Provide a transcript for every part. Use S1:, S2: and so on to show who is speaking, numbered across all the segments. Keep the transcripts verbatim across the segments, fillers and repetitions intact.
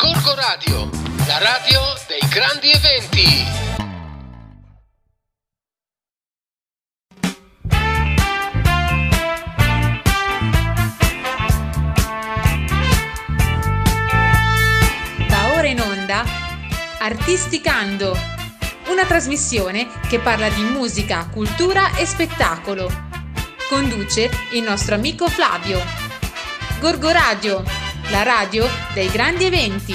S1: Gorgo Radio, la radio dei grandi eventi.
S2: In onda Artisticando, una trasmissione che parla di musica, cultura e spettacolo. Conduce il nostro amico Flavio. Gorgo Radio, la radio dei grandi eventi.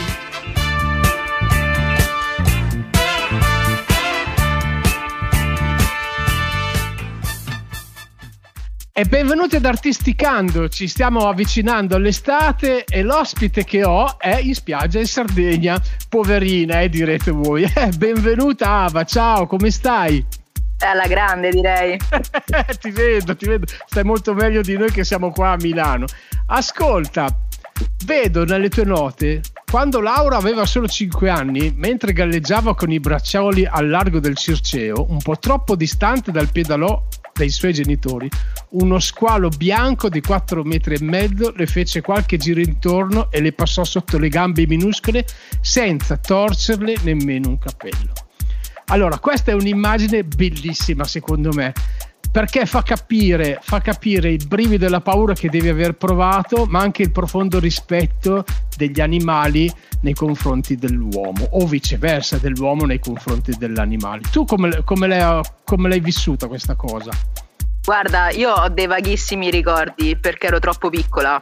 S3: E benvenuti ad Artisticando, ci stiamo avvicinando all'estate e l'ospite che ho è in spiaggia in Sardegna, poverina, eh, direte voi. Eh, benvenuta Ava, ciao, come stai?
S4: È alla grande, direi.
S3: Ti vedo, ti vedo, stai molto meglio di noi che siamo qua a Milano. Ascolta, vedo nelle tue note, quando Laura aveva solo cinque anni, mentre galleggiava con i braccioli al largo del Circeo, un po' troppo distante dal pedalò dei suoi genitori, uno squalo bianco di quattro metri e mezzo le fece qualche giro intorno e le passò sotto le gambe minuscole senza torcerle nemmeno un capello. Allora, questa è un'immagine bellissima secondo me, perché fa capire, fa capire il brivido e la paura che devi aver provato, ma anche il profondo rispetto degli animali nei confronti dell'uomo, o viceversa, dell'uomo nei confronti dell'animale. Tu come, come, l'hai, come l'hai vissuta questa cosa?
S4: Guarda, io ho dei vaghissimi ricordi perché ero troppo piccola,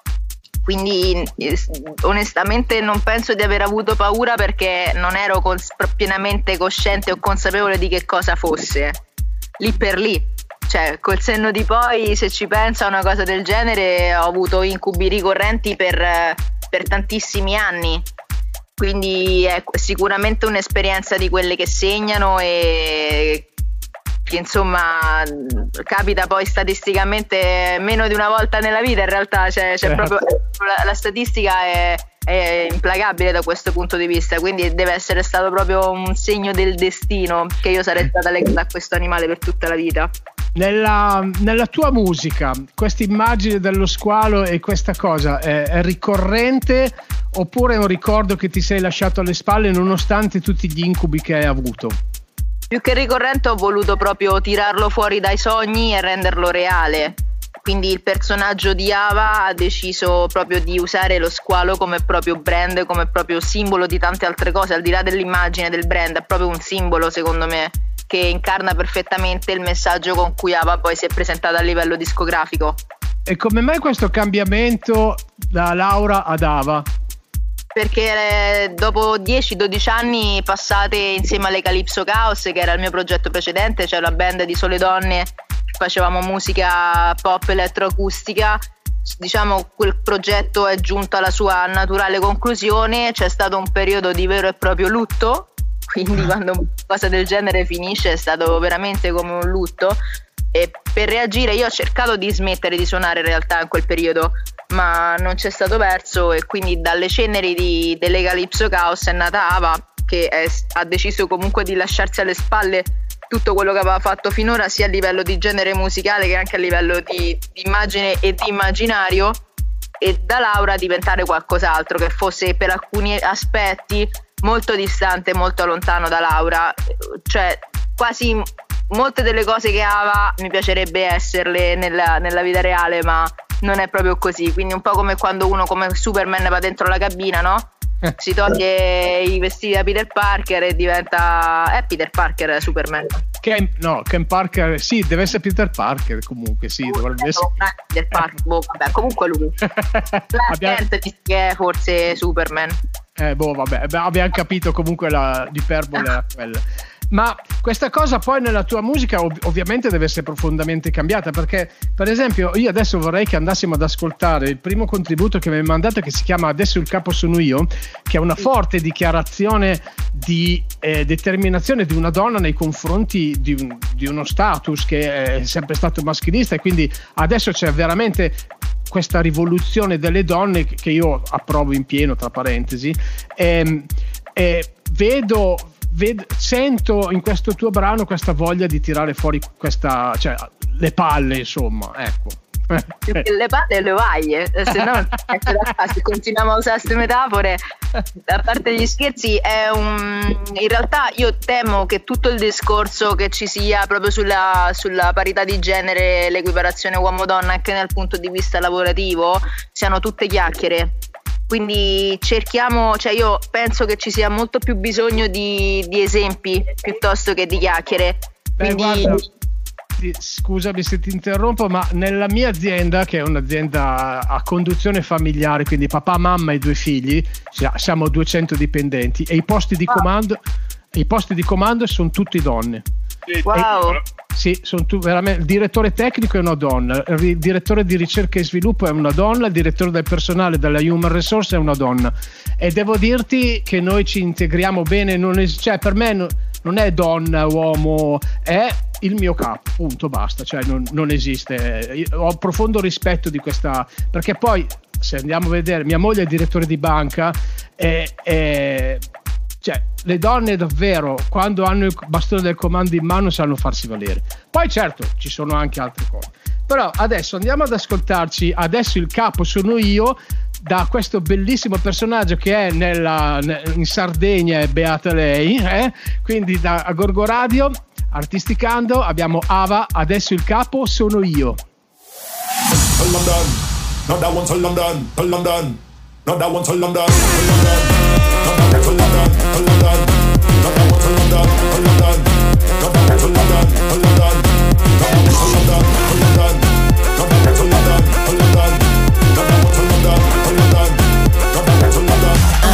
S4: quindi onestamente non penso di aver avuto paura perché non ero cons- pienamente cosciente o consapevole di che cosa fosse, lì per lì. Cioè, col senno di poi, se ci penso a una cosa del genere, ho avuto incubi ricorrenti per, per tantissimi anni. Quindi è sicuramente un'esperienza di quelle che segnano e che insomma capita poi statisticamente meno di una volta nella vita in realtà. Cioè, c'è proprio, la, la statistica è, è implacabile da questo punto di vista, quindi deve essere stato proprio un segno del destino che io sarei stata legata a questo animale per tutta la vita.
S3: Nella, nella tua musica questa immagine dello squalo e questa cosa è, è ricorrente oppure è un ricordo che ti sei lasciato alle spalle nonostante tutti gli incubi che hai avuto?
S4: Più che ricorrente ho voluto proprio tirarlo fuori dai sogni e renderlo reale, quindi il personaggio di Ava ha deciso proprio di usare lo squalo come proprio brand, come proprio simbolo di tante altre cose, al di là dell'immagine del brand, è proprio un simbolo secondo me che incarna perfettamente il messaggio con cui Ava poi si è presentata a livello discografico.
S3: E come mai questo cambiamento da Laura ad Ava?
S4: Perché eh, dopo dieci dodici anni passate insieme alle Calypso Chaos, che era il mio progetto precedente, cioè la band di sole donne, facevamo musica pop elettroacustica, diciamo quel progetto è giunto alla sua naturale conclusione, c'è stato un periodo di vero e proprio lutto, quindi quando una cosa del genere finisce è stato veramente come un lutto, e per reagire io ho cercato di smettere di suonare in realtà in quel periodo, ma non c'è stato verso, e quindi dalle ceneri di, delle Calypso Chaos è nata Ava, che è, ha deciso comunque di lasciarsi alle spalle tutto quello che aveva fatto finora, sia a livello di genere musicale che anche a livello di, di immagine e di immaginario, e da Laura diventare qualcos'altro che fosse per alcuni aspetti molto distante, molto lontano da Laura, cioè quasi molte delle cose che Ava mi piacerebbe esserle nella, nella vita reale, ma non è proprio così. Quindi un po' come quando uno come Superman va dentro la cabina, no? Eh. Si toglie i vestiti da Peter Parker e diventa è Peter Parker Superman.
S3: Ken, no, Ken Parker, sì, deve essere Peter Parker comunque, sì, dovrebbe essere
S4: Peter Parker, boh, vabbè, comunque lui. La gente dice che è forse Superman.
S3: Eh, boh, vabbè, abbiamo capito comunque la, l'iperbole era quella. Ma questa cosa poi nella tua musica ov- ovviamente deve essere profondamente cambiata, perché per esempio io adesso vorrei che andassimo ad ascoltare il primo contributo che mi hai mandato, che si chiama Adesso il capo sono io, che è una forte dichiarazione di eh, determinazione di una donna nei confronti di, un, di uno status che è sempre stato maschilista, e quindi adesso c'è veramente questa rivoluzione delle donne che io approvo in pieno, tra parentesi, e, e vedo Ved- sento in questo tuo brano questa voglia di tirare fuori questa, cioè le palle, insomma, ecco,
S4: più che le palle e le ovaglie, se no se continuiamo a usare queste metafore, a parte gli scherzi, è un, in realtà io temo che tutto il discorso che ci sia proprio sulla, sulla parità di genere, l'equiparazione uomo-donna anche dal punto di vista lavorativo, siano tutte chiacchiere. Quindi cerchiamo, cioè io penso che ci sia molto più bisogno di, di esempi piuttosto che di chiacchiere.
S3: Beh,
S4: Quindi...
S3: guarda, scusami se ti interrompo, ma nella mia azienda, che è un'azienda a conduzione familiare, quindi papà, mamma e due figli, siamo duecento dipendenti e i posti di comando, i posti di comando sono tutti donne.
S4: Wow.
S3: E, sì, sono tu, veramente, il direttore tecnico è una donna, il direttore di ricerca e sviluppo è una donna, il direttore del personale della Human Resource è una donna, e devo dirti che noi ci integriamo bene, non è, cioè per me no, non è donna, uomo, è il mio capo, punto, basta, cioè non, non esiste. Io ho profondo rispetto di questa, perché poi se andiamo a vedere, mia moglie è direttore di banca e, e cioè le donne davvero quando hanno il bastone del comando in mano sanno farsi valere. Poi certo ci sono anche altre cose, però adesso andiamo ad ascoltarci Adesso il capo sono io, da questo bellissimo personaggio che è nella, in Sardegna, è beata lei, eh? Quindi da a Gorgo Radio, Artisticando, abbiamo Ava, Adesso il capo sono io.
S5: London, not that one to London, to London, not that one to London, to London, not that one to London, to London, not that one to London, to London, not that one to London, to London, not that one to London, to London, not that one to London, to London, not that one to London, to London, not that one to London.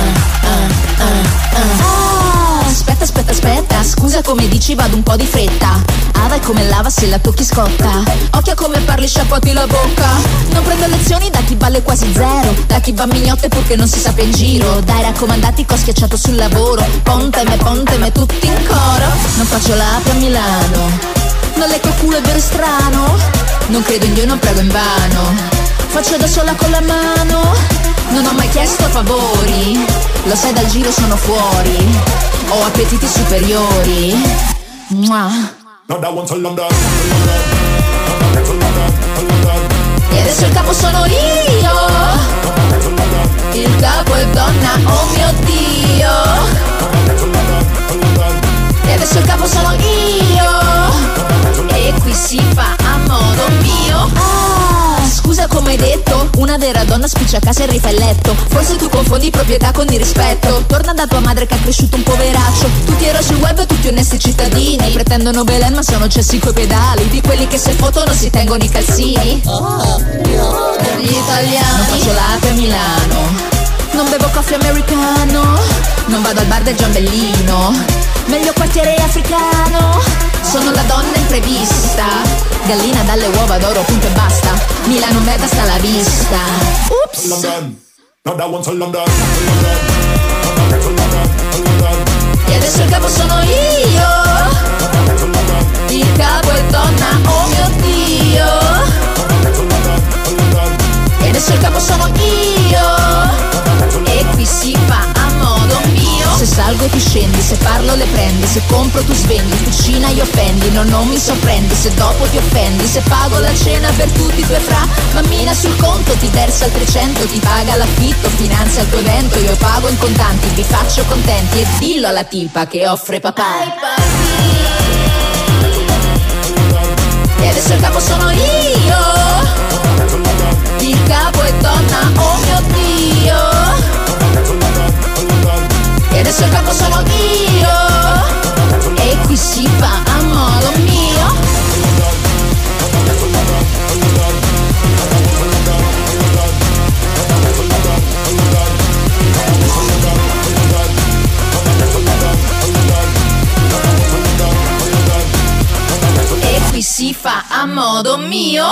S6: Aspetta, aspetta, aspetta, scusa come dici vado un po' di fretta. Ava è come lava se la tocchi scotta. Occhio a come parli, sciacquati la bocca. Non prendo lezioni da chi vale quasi zero, da chi va mignotte purché non si sappia in giro. Dai raccomandati che ho schiacciato sul lavoro. Ponte me, ponte me, tutti in coro. Non faccio l'ape a Milano, non lecco il culo, è vero strano. Non credo in Dio, non prego in vano. Faccio da sola con la mano, non ho mai chiesto favori. Lo sai dal giro sono fuori, ho appetiti superiori. Mua. E adesso il capo sono io, il capo è donna, oh mio Dio. E adesso il capo sono io, e qui si fa a modo mio. Ah, scusa come hai detto, una vera donna spiccia a casa e rifà il letto. Forse tu confondi proprietà con il rispetto. Torna da tua madre che ha cresciuto un poveraccio. Tutti eroi sul web, tutti onesti cittadini. Pretendono Belen ma sono cessi coi pedali. Di quelli che se fotono si tengono i calzini. Oh, gli italiani. Non faccio l'ape a Milano, non bevo caffè americano, non vado al bar del Giambellino, meglio quartiere africano. Sono la donna imprevista, gallina dalle uova d'oro, punto e basta. Milano me basta la vista. Ups. London, not that one to London, to London, not that one to London, to London. E adesso il capo sono io, il capo è donna, oh mio Dio. E adesso il capo sono io, e qui si fa a modo mio. Se salgo tu scendi, se parlo le prendi, se compro tu svendi, cucina io offendi, no non mi sorprendi, se dopo ti offendi, se pago la cena per tutti i tuoi fra, mammina sul conto ti versa il trecento, ti paga l'affitto, finanzia il tuo evento, io pago in contanti, vi faccio contenti e dillo alla tipa che offre papà. E adesso il capo sono io, il capo è donna, oh mio Dio. E adesso il capo sono io, e qui si fa a modo mio. E qui si fa a modo mio.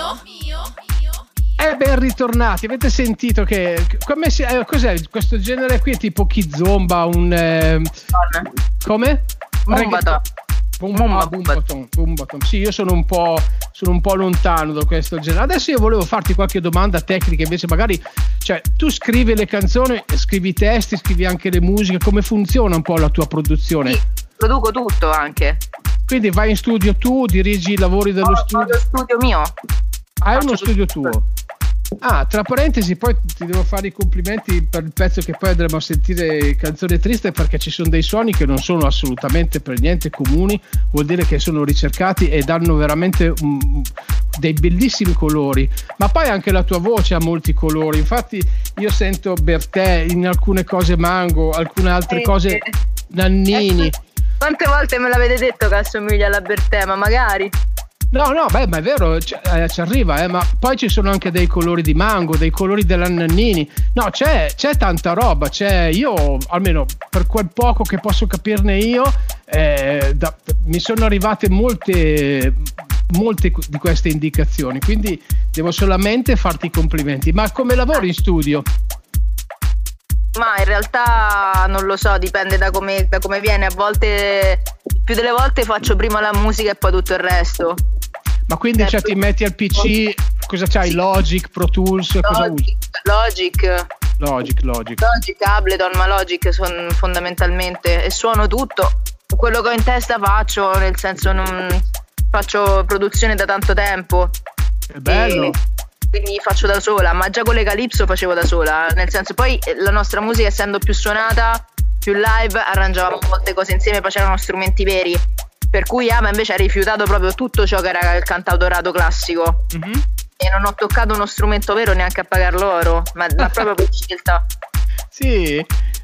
S3: Eh, ben ritornati, avete sentito che come si, eh, cos'è questo genere qui? È tipo Kizomba, un eh, come?
S4: Bumbaton.
S3: Bumbaton, Bumbaton, Bumbaton. Sì, io sono un po' sono un po' lontano da questo genere. Adesso io volevo farti qualche domanda tecnica, invece magari, cioè, tu scrivi le canzoni, scrivi i testi, scrivi anche le musiche, come funziona un po' la tua produzione?
S4: Sì, produco tutto anche.
S3: Quindi vai in studio tu, dirigi i lavori dello
S4: ho,
S3: studio?
S4: Ho lo studio mio.
S3: Hai uno studio tuo? Ah, tra parentesi, poi ti devo fare i complimenti per il pezzo che poi andremo a sentire, Canzone Triste, perché ci sono dei suoni che non sono assolutamente per niente comuni, vuol dire che sono ricercati e danno veramente um, dei bellissimi colori, ma poi anche la tua voce ha molti colori, infatti io sento Bertè, in alcune cose Mango, alcune altre cose Nannini.
S4: Eh, quante volte me l'avete detto che assomiglia alla Bertè, ma magari...
S3: No, no, beh, ma è vero, ci, eh, ci arriva, eh, ma poi ci sono anche dei colori di Mango, dei colori della Nannini. No, c'è, c'è tanta roba, c'è, io, almeno per quel poco che posso capirne io, eh, da, mi sono arrivate molte, molte di queste indicazioni, quindi devo solamente farti i complimenti. Ma come lavori in studio?
S4: Ma in realtà non lo so, dipende da come, da come viene. A volte, più delle volte faccio prima la musica e poi tutto il resto.
S3: Ma quindi cioè, ti metti al P C, cosa c'hai? Sì. Logic, Pro Tools,
S4: Logic,
S3: cosa usi?
S4: Logic.
S3: Logic, Logic.
S4: Logic, Ableton, ma Logic sono fondamentalmente, e suono tutto. Quello che ho in testa faccio, nel senso non faccio produzione da tanto tempo.
S3: È bello.
S4: E quindi faccio da sola, ma già con le Calypso facevo da sola, nel senso, poi la nostra musica essendo più suonata, più live, arrangiavamo molte cose insieme, poi c'erano strumenti veri, per cui Ama invece ha rifiutato proprio tutto ciò che era il cantautorato classico, mm-hmm. e non ho toccato uno strumento vero neanche a pagar loro, ma, ma proprio per scelta.
S3: Sì.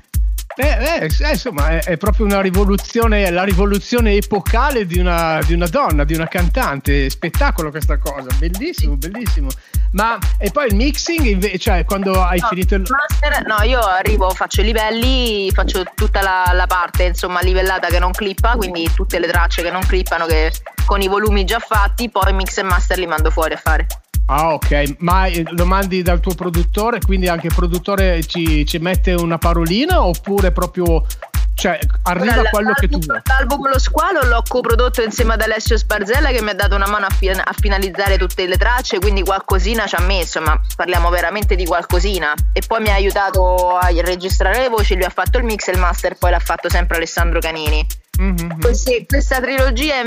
S3: Eh, eh, insomma è, è proprio una rivoluzione, la rivoluzione epocale di una, di una donna, di una cantante, spettacolo questa cosa, bellissimo, bellissimo. Ma e poi il mixing invece, cioè quando hai
S4: no,
S3: finito il
S4: master, no, io arrivo, faccio i livelli, faccio tutta la, la parte insomma livellata che non clippa, quindi tutte le tracce che non clippano, che con i volumi già fatti, poi mix e master li mando fuori a fare.
S3: Ah, ok, ma lo mandi dal tuo produttore, quindi anche il produttore ci, ci mette una parolina, oppure proprio, cioè arriva
S4: allora,
S3: quello che tu vuoi?
S4: L'album Lo Squalo l'ho coprodotto insieme ad Alessio Sparzella, che mi ha dato una mano a, fi- a finalizzare tutte le tracce, quindi qualcosina ci ha messo, ma parliamo veramente di qualcosina, e poi mi ha aiutato a registrare le voci, lui ha fatto il mix e il master poi l'ha fatto sempre Alessandro Canini. Mm-hmm. Questi, questa trilogia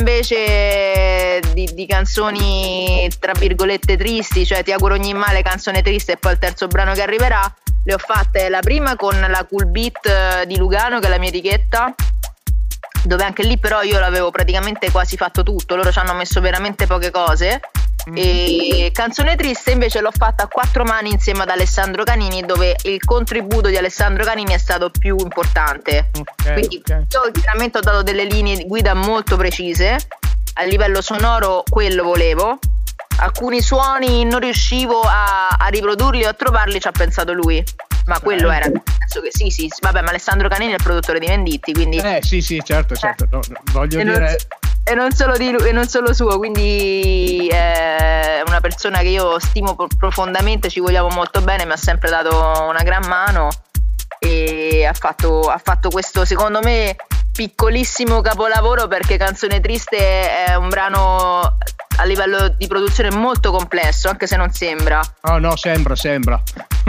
S4: invece di, di canzoni tra virgolette tristi, cioè Ti auguro ogni male, canzone triste, e poi il terzo brano che arriverà, le ho fatte la prima con la Cool Beat di Lugano, che è la mia etichetta, dove anche lì però io l'avevo praticamente quasi fatto tutto, loro ci hanno messo veramente poche cose. Mm-hmm. E Canzone triste invece l'ho fatta a quattro mani insieme ad Alessandro Canini, dove il contributo di Alessandro Canini è stato più importante. Okay, quindi okay. Io chiaramente ho dato delle linee di guida molto precise, a livello sonoro quello volevo, alcuni suoni non riuscivo a, a riprodurli o a trovarli, ci ha pensato lui, ma quello era, penso che sì sì vabbè, ma Alessandro Canini è il produttore di Venditti, quindi
S3: eh sì sì certo certo, no, no, voglio
S4: e
S3: dire
S4: non, e non solo di lui, e non solo suo, quindi è una persona che io stimo profondamente, ci vogliamo molto bene, mi ha sempre dato una gran mano e ha fatto, ha fatto questo secondo me piccolissimo capolavoro, perché Canzone triste è un brano a livello di produzione molto complesso, anche se non sembra.
S3: Oh no, sembra, sembra.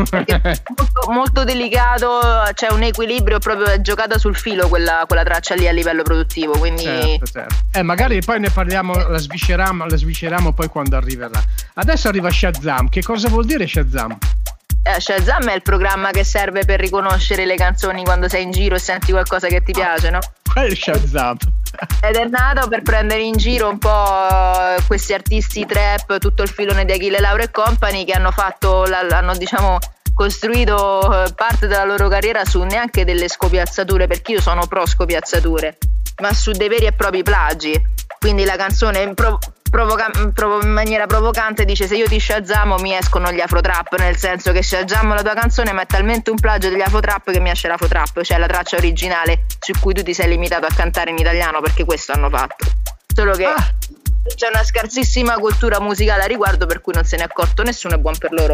S4: molto, molto delicato, c'è un equilibrio proprio, è giocata sul filo quella, quella traccia lì a livello produttivo, quindi
S3: certo, certo. Eh, magari poi ne parliamo, la svisceriamo, la svisceriamo poi quando arriverà. Adesso arriva Shazam. Che cosa vuol dire Shazam?
S4: Eh, Shazam è il programma che serve per riconoscere le canzoni quando sei in giro e senti qualcosa che ti piace, no?
S3: Qual è Shazam?
S4: Ed è nato per prendere in giro un po' questi artisti trap, tutto il filone di Achille Lauro e Company, che hanno fatto, hanno diciamo costruito parte della loro carriera su neanche delle scopiazzature, perché io sono pro scopiazzature, ma su dei veri e propri plagi. Quindi la canzone pro- provoca- provo- in maniera provocante dice: se io ti Shazamo mi escono gli afrotrap, nel senso che Shazamo la tua canzone, ma è talmente un plagio degli afrotrap che mi esce l'afrotrap, cioè la traccia originale su cui tu ti sei limitato a cantare in italiano, perché questo hanno fatto. Solo che ah. c'è una scarsissima cultura musicale a riguardo, per cui non se ne è accorto nessuno, è buon per loro.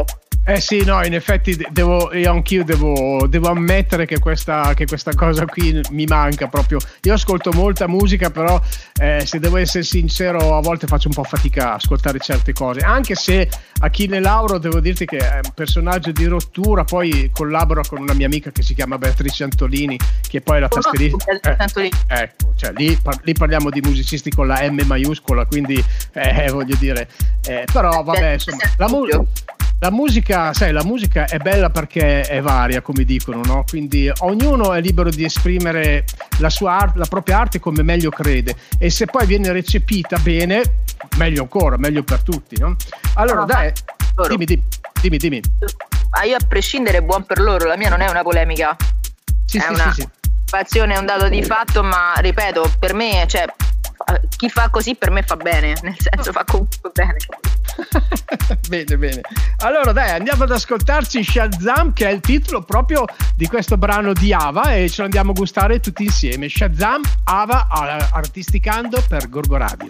S3: Eh sì, no, in effetti devo, io anch'io devo, devo ammettere che questa, che questa cosa qui mi manca proprio. Io ascolto molta musica, però eh, se devo essere sincero a volte faccio un po' fatica a ascoltare certe cose, anche se Achille Lauro devo dirti che è un personaggio di rottura, poi collabora con una mia amica che si chiama Beatrice Antolini, che poi è la tastierista. Eh, ecco, cioè lì, par- lì parliamo di musicisti con la M maiuscola, quindi eh, voglio dire, eh, però vabbè, insomma, la musica... La musica, sai, la musica è bella perché è varia, come dicono, no? Quindi ognuno è libero di esprimere la sua arte, la propria arte come meglio crede, e se poi viene recepita bene, meglio ancora, meglio per tutti, no? Allora, no, dai, dimmi, dimmi, dimmi, dimmi.
S4: Ma io a prescindere buon per loro, la mia non è una polemica.
S3: Sì,
S4: è
S3: sì,
S4: una
S3: sì, sì.
S4: passione, è un dato di fatto, ma ripeto, per me, cioè, chi fa così per me fa bene, nel senso fa comunque bene.
S3: Bene, bene. Allora dai, andiamo ad ascoltarci Shazam, che è il titolo proprio di questo brano di Ava, e ce lo andiamo a gustare tutti insieme. Shazam, Ava, Artisticando per Gorgo Radio.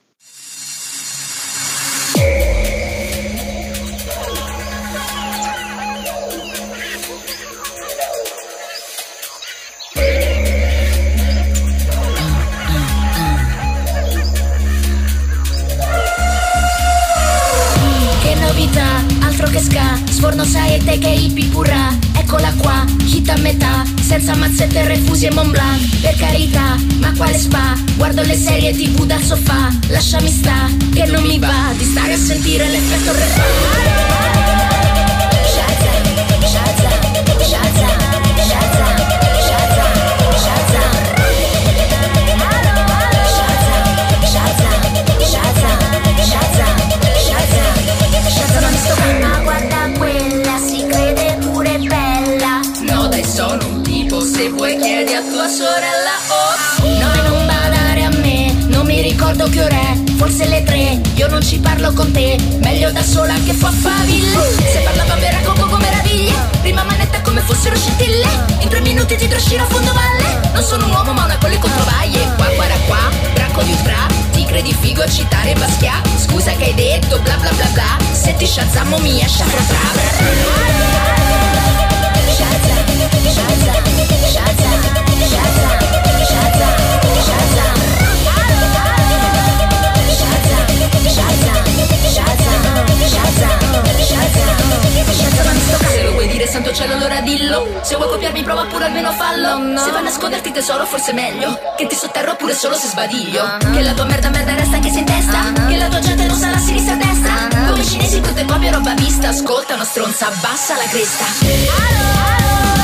S6: Altro che ska, sforno sai e te che hippie purra. Eccola qua, hit a metà, senza mazzette, refusi e Mont Blanc. Per carità, ma quale spa? Guardo le serie tv dal sofà. Lasciami sta, che non mi va di stare a sentire l'effetto refà. Shazam, Shazam, Shazam, Shazam, Shazam, Shazam. Ma guarda quella, si crede pure bella. No dai, sono un tipo, se vuoi chiedi a tua sorella. Oh, no, e non badare a me, non mi ricordo che ora è, forse le tre. Io non ci parlo con te, meglio da sola che fa faville. Se parlava vera coco come meraviglie, prima manetta come fossero scintille. In tre minuti ti trascino a fondo valle. Non sono un uomo ma una con le controvaglie. Qua, qua, qua, branco di Udra. Ti credi figo a citare Basquiat? Scusa che hai detto bla bla bla bla. Se ti Shazam mi esce fra tra. Shazam, Shazam, Shazam, Shazam, Shazam, Shazam. Se lo vuoi dire santo cielo allora dillo. Se vuoi copiarmi prova pure almeno fallo. No, no. Se vai a nasconderti tesoro forse è meglio che ti sotterro pure solo se sbadiglio. uh-huh. Che la tua merda merda resta anche se in testa. uh-huh. Che la tua gente non sarà a sinistra a destra. uh-huh. Come i cinesi brutta e proprio roba vista. Ascolta una stronza, abbassa la cresta. Allo, allo.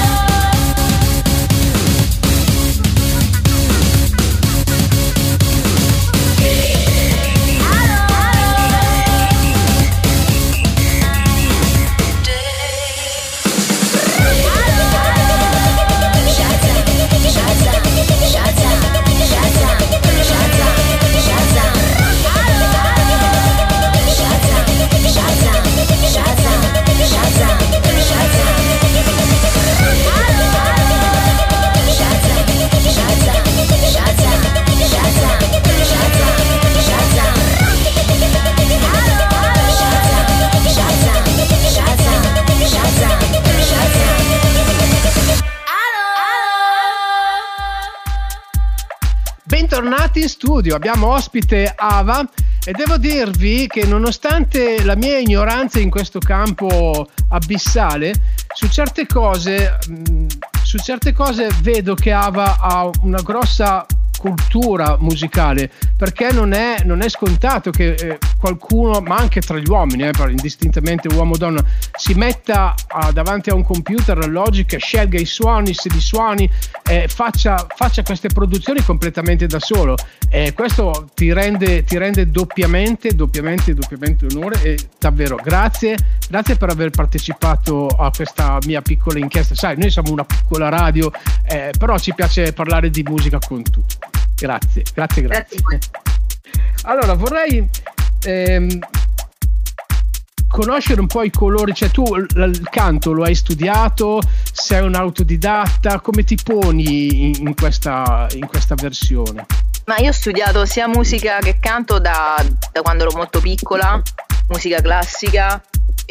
S3: Bentornati in studio, abbiamo ospite Ava e devo dirvi che nonostante la mia ignoranza in questo campo abissale, su certe cose, mh, su certe cose vedo che Ava ha una grossa cultura musicale, perché non è, non è scontato che eh, qualcuno, ma anche tra gli uomini, eh, indistintamente uomo o donna, si metta a, davanti a un computer a Logic, scelga i suoni, se li suoni, eh, faccia, faccia queste produzioni completamente da solo. Eh, questo ti rende, ti rende doppiamente, doppiamente, doppiamente onore, e davvero grazie, grazie per aver partecipato a questa mia piccola inchiesta. Sai, noi siamo una piccola radio, eh, però ci piace parlare di musica con tutti. Grazie, grazie, grazie. grazie. Allora vorrei ehm, conoscere un po' i colori, cioè tu l- il canto lo hai studiato, sei un autodidatta, come ti poni in, in, questa, in questa versione?
S4: Ma io ho studiato sia musica che canto da, da quando ero molto piccola, musica classica,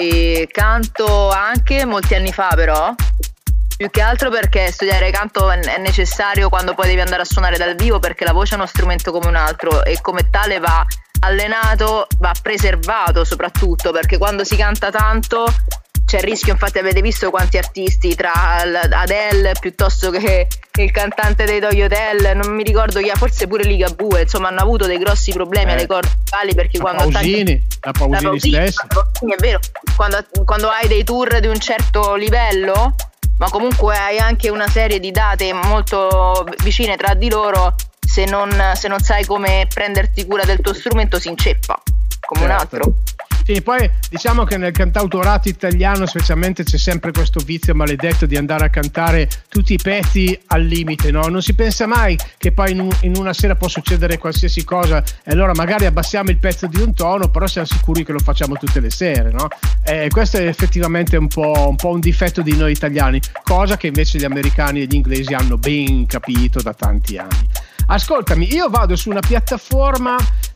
S4: e canto anche molti anni fa, però più che altro perché studiare canto è necessario quando poi devi andare a suonare dal vivo, perché la voce è uno strumento come un altro e come tale va allenato, va preservato soprattutto, perché quando si canta tanto c'è il rischio, infatti avete visto quanti artisti tra Adele piuttosto che il cantante dei Tokyo Hotel, non mi ricordo chi ha, forse pure Ligabue, insomma hanno avuto dei grossi problemi eh. alle corde vocali, perché
S3: la
S4: quando
S3: Pausini, la Pausini, la Pausini stessa
S4: è vero, quando, quando hai dei tour di un certo livello, ma comunque hai anche una serie di date molto vicine tra di loro, se non, se non sai come prenderti cura del tuo strumento si inceppa come certo. un altro.
S3: Sì, poi diciamo che nel cantautorato italiano specialmente c'è sempre questo vizio maledetto di andare a cantare tutti i pezzi al limite, no? Non si pensa mai che poi in, un, in una sera può succedere qualsiasi cosa e allora magari abbassiamo il pezzo di un tono, però siamo sicuri che lo facciamo tutte le sere, no? E questo è effettivamente un po', un po' un difetto di noi italiani, cosa che invece gli americani e gli inglesi hanno ben capito da tanti anni. Ascoltami, io vado su una piattaforma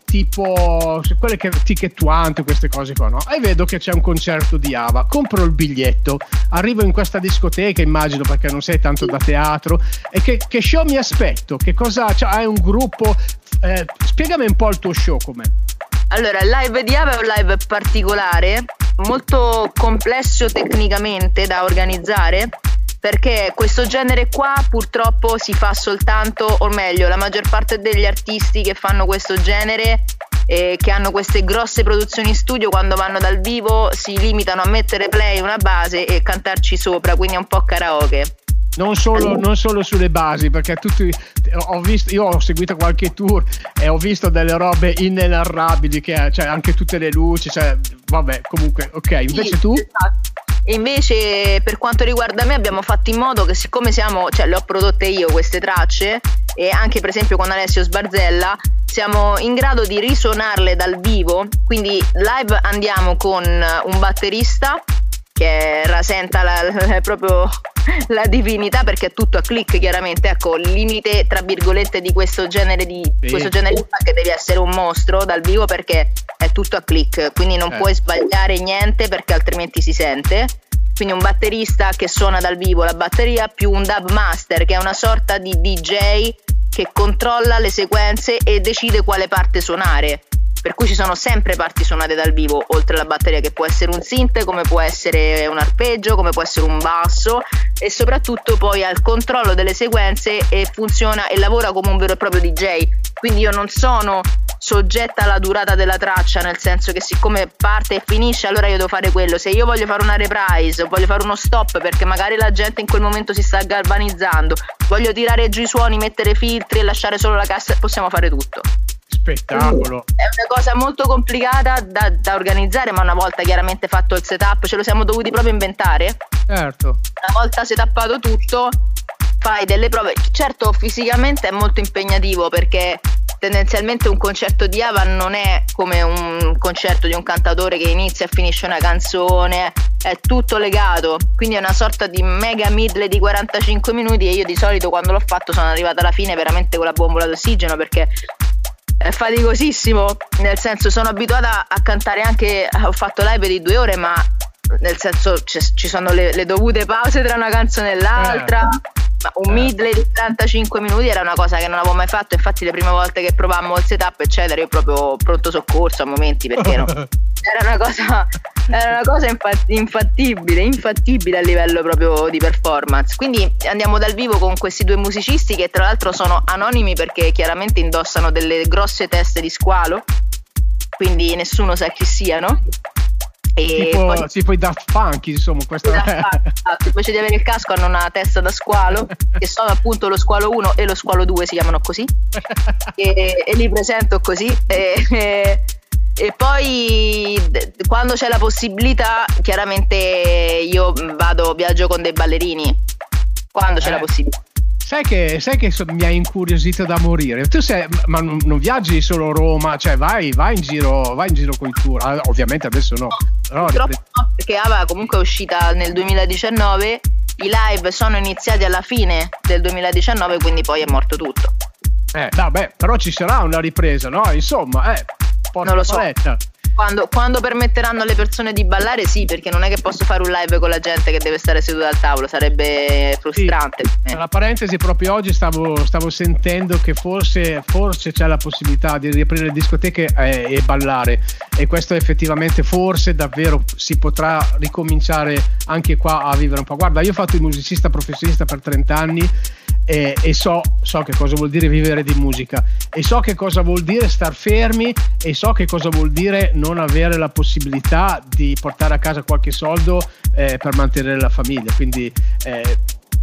S3: tipo quelle che Ticket One, queste cose qua, no? E vedo che c'è un concerto di Ava, compro il biglietto, arrivo in questa discoteca, immagino perché non sei tanto da teatro, e che, che show mi aspetto? Che cosa, cioè, hai un gruppo, eh, spiegami un po' il tuo show com'è.
S4: Allora, il live di Ava è un live particolare, molto complesso tecnicamente da organizzare, perché questo genere qua purtroppo si fa soltanto, o meglio, la maggior parte degli artisti che fanno questo genere e che hanno queste grosse produzioni in studio, quando vanno dal vivo si limitano a mettere play una base e cantarci sopra, quindi è un po' karaoke.
S3: Non solo, non solo sulle basi, perché tutti ho visto, io ho seguito qualche tour e ho visto delle robe inenarrabili, che cioè anche tutte le luci, cioè vabbè, comunque ok, invece sì, tu?
S4: Esatto. E invece per quanto riguarda me abbiamo fatto in modo che, siccome siamo, cioè le ho prodotte io queste tracce, e anche per esempio con Alessio Sbarzella, siamo in grado di risuonarle dal vivo, quindi live andiamo con un batterista che rasenta la, la, proprio la divinità, perché è tutto a click chiaramente, ecco, il limite tra virgolette di questo genere di sì. questo genere di che devi essere un mostro dal vivo, perché è tutto a click, quindi non eh. puoi sbagliare niente perché altrimenti si sente. Quindi un batterista che suona dal vivo la batteria, più un dub master che è una sorta di D J che controlla le sequenze e decide quale parte suonare, per cui ci sono sempre parti suonate dal vivo oltre alla batteria, che può essere un synth, come può essere un arpeggio, come può essere un basso, e soprattutto poi ha il controllo delle sequenze e funziona e lavora come un vero e proprio D J. Quindi io non sono soggetta alla durata della traccia, nel senso che siccome parte e finisce allora io devo fare quello. Se io voglio fare una reprise o voglio fare uno stop perché magari la gente in quel momento si sta galvanizzando, voglio tirare giù i suoni, mettere filtri e lasciare solo la cassa, possiamo fare tutto.
S3: Spettacolo.
S4: È una cosa molto complicata da, da organizzare, ma una volta chiaramente fatto il setup ce lo siamo dovuti proprio inventare.
S3: Certo.
S4: Una volta setappato tutto fai delle prove. Certo, fisicamente è molto impegnativo, perché tendenzialmente un concerto di Ava non è come un concerto di un cantautore che inizia e finisce una canzone, è tutto legato, quindi è una sorta di mega medley di quarantacinque minuti, e io di solito quando l'ho fatto sono arrivata alla fine veramente con la bombola d'ossigeno, perché è faticosissimo, nel senso sono abituata a cantare anche, ho fatto live di due ore, ma nel senso ci sono le, le dovute pause tra una canzone e l'altra. Eh. Ma un medley di trentacinque minuti era una cosa che non avevo mai fatto, infatti le prime volte che provammo il setup eccetera io proprio pronto soccorso a momenti, perché no, era una cosa era una cosa infatti, infattibile infattibile a livello proprio di performance. Quindi andiamo dal vivo con questi due musicisti che tra l'altro sono anonimi, perché chiaramente indossano delle grosse teste di squalo, quindi nessuno sa chi siano. E
S3: tipo,
S4: poi,
S3: tipo i Daft Punk, insomma, questa
S4: Punk, invece di avere il casco hanno una testa da squalo, che sono appunto lo squalo uno e lo squalo due, si chiamano così, e, e li presento così, e, e, e poi quando c'è la possibilità chiaramente io vado, viaggio con dei ballerini quando c'è eh. la possibilità.
S3: Sai che, sai che mi ha incuriosito da morire. Tu sei, ma non, non viaggi solo a Roma, cioè vai, vai in giro, vai in giro con i tour. Ah, ovviamente adesso no.
S4: no purtroppo no, perché Ava comunque è uscita nel duemiladiciannove, i live sono iniziati alla fine del duemiladiciannove, quindi poi è morto tutto.
S3: Eh, vabbè, però ci sarà una ripresa, no? Insomma, eh, porca
S4: non lo so.
S3: paletta.
S4: Quando, quando permetteranno alle persone di ballare, sì, perché non è che posso fare un live con la gente che deve stare seduta al tavolo, sarebbe frustrante.
S3: Sì. Tra parentesi, proprio oggi stavo, stavo sentendo che forse, forse c'è la possibilità di riaprire le discoteche e, e ballare, e questo effettivamente forse davvero si potrà ricominciare anche qua a vivere un po'. Guarda, io ho fatto il musicista professionista per trenta anni e, e so, so che cosa vuol dire vivere di musica, e so che cosa vuol dire star fermi, e so che cosa vuol dire non avere la possibilità di portare a casa qualche soldo eh, per mantenere la famiglia. Quindi eh,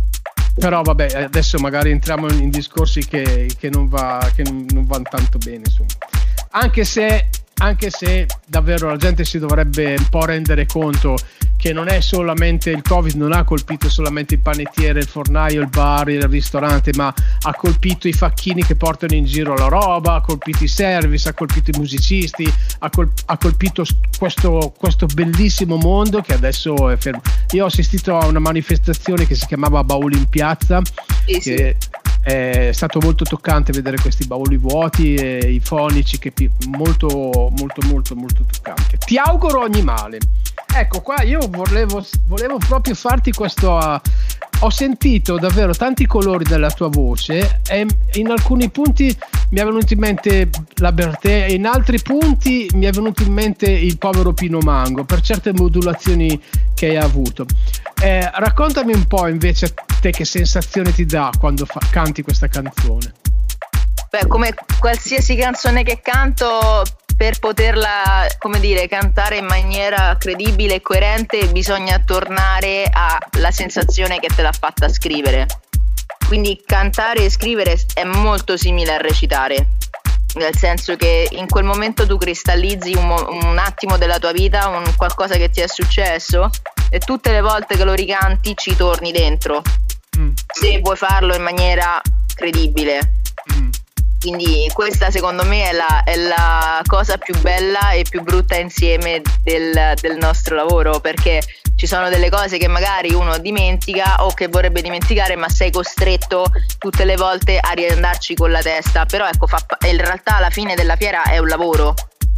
S3: però vabbè, adesso magari entriamo in discorsi che, che non va che non vanno tanto bene, insomma. Anche se anche se davvero la gente si dovrebbe un po' rendere conto che non è solamente il Covid, non ha colpito solamente il panettiere, il fornaio, il bar, il ristorante, ma ha colpito i facchini che portano in giro la roba, ha colpito i service, ha colpito i musicisti, ha, col- ha colpito questo, questo bellissimo mondo che adesso è fermo. Io ho assistito a una manifestazione che si chiamava Bauli in Piazza, sì, che sì. È stato molto toccante vedere questi bauli vuoti e i fonici, che pi- molto molto molto molto toccante. Ti auguro ogni male. Ecco qua, io volevo, volevo proprio farti questo. Uh, ho sentito davvero tanti colori della tua voce, e in alcuni punti mi è venuto in mente la Bertè, e in altri punti mi è venuto in mente il povero Pino Mango, per certe modulazioni che hai avuto. Eh, raccontami un po' invece te che sensazione ti dà quando fa- canti questa canzone.
S4: Beh, come qualsiasi canzone che canto, per poterla, come dire, cantare in maniera credibile e coerente, bisogna tornare alla sensazione che te l'ha fatta scrivere. Quindi cantare e scrivere è molto simile a recitare, nel senso che in quel momento tu cristallizzi un, un attimo della tua vita, un qualcosa che ti è successo, e tutte le volte che lo ricanti ci torni dentro, mm. se vuoi farlo in maniera credibile. Mm. Quindi questa secondo me è la, è la cosa più bella e più brutta insieme del, del nostro lavoro, perché ci sono delle cose che magari uno dimentica o che vorrebbe dimenticare, ma sei costretto tutte le volte a riandarci con la testa. Però ecco, fa, in realtà alla fine della fiera è un lavoro,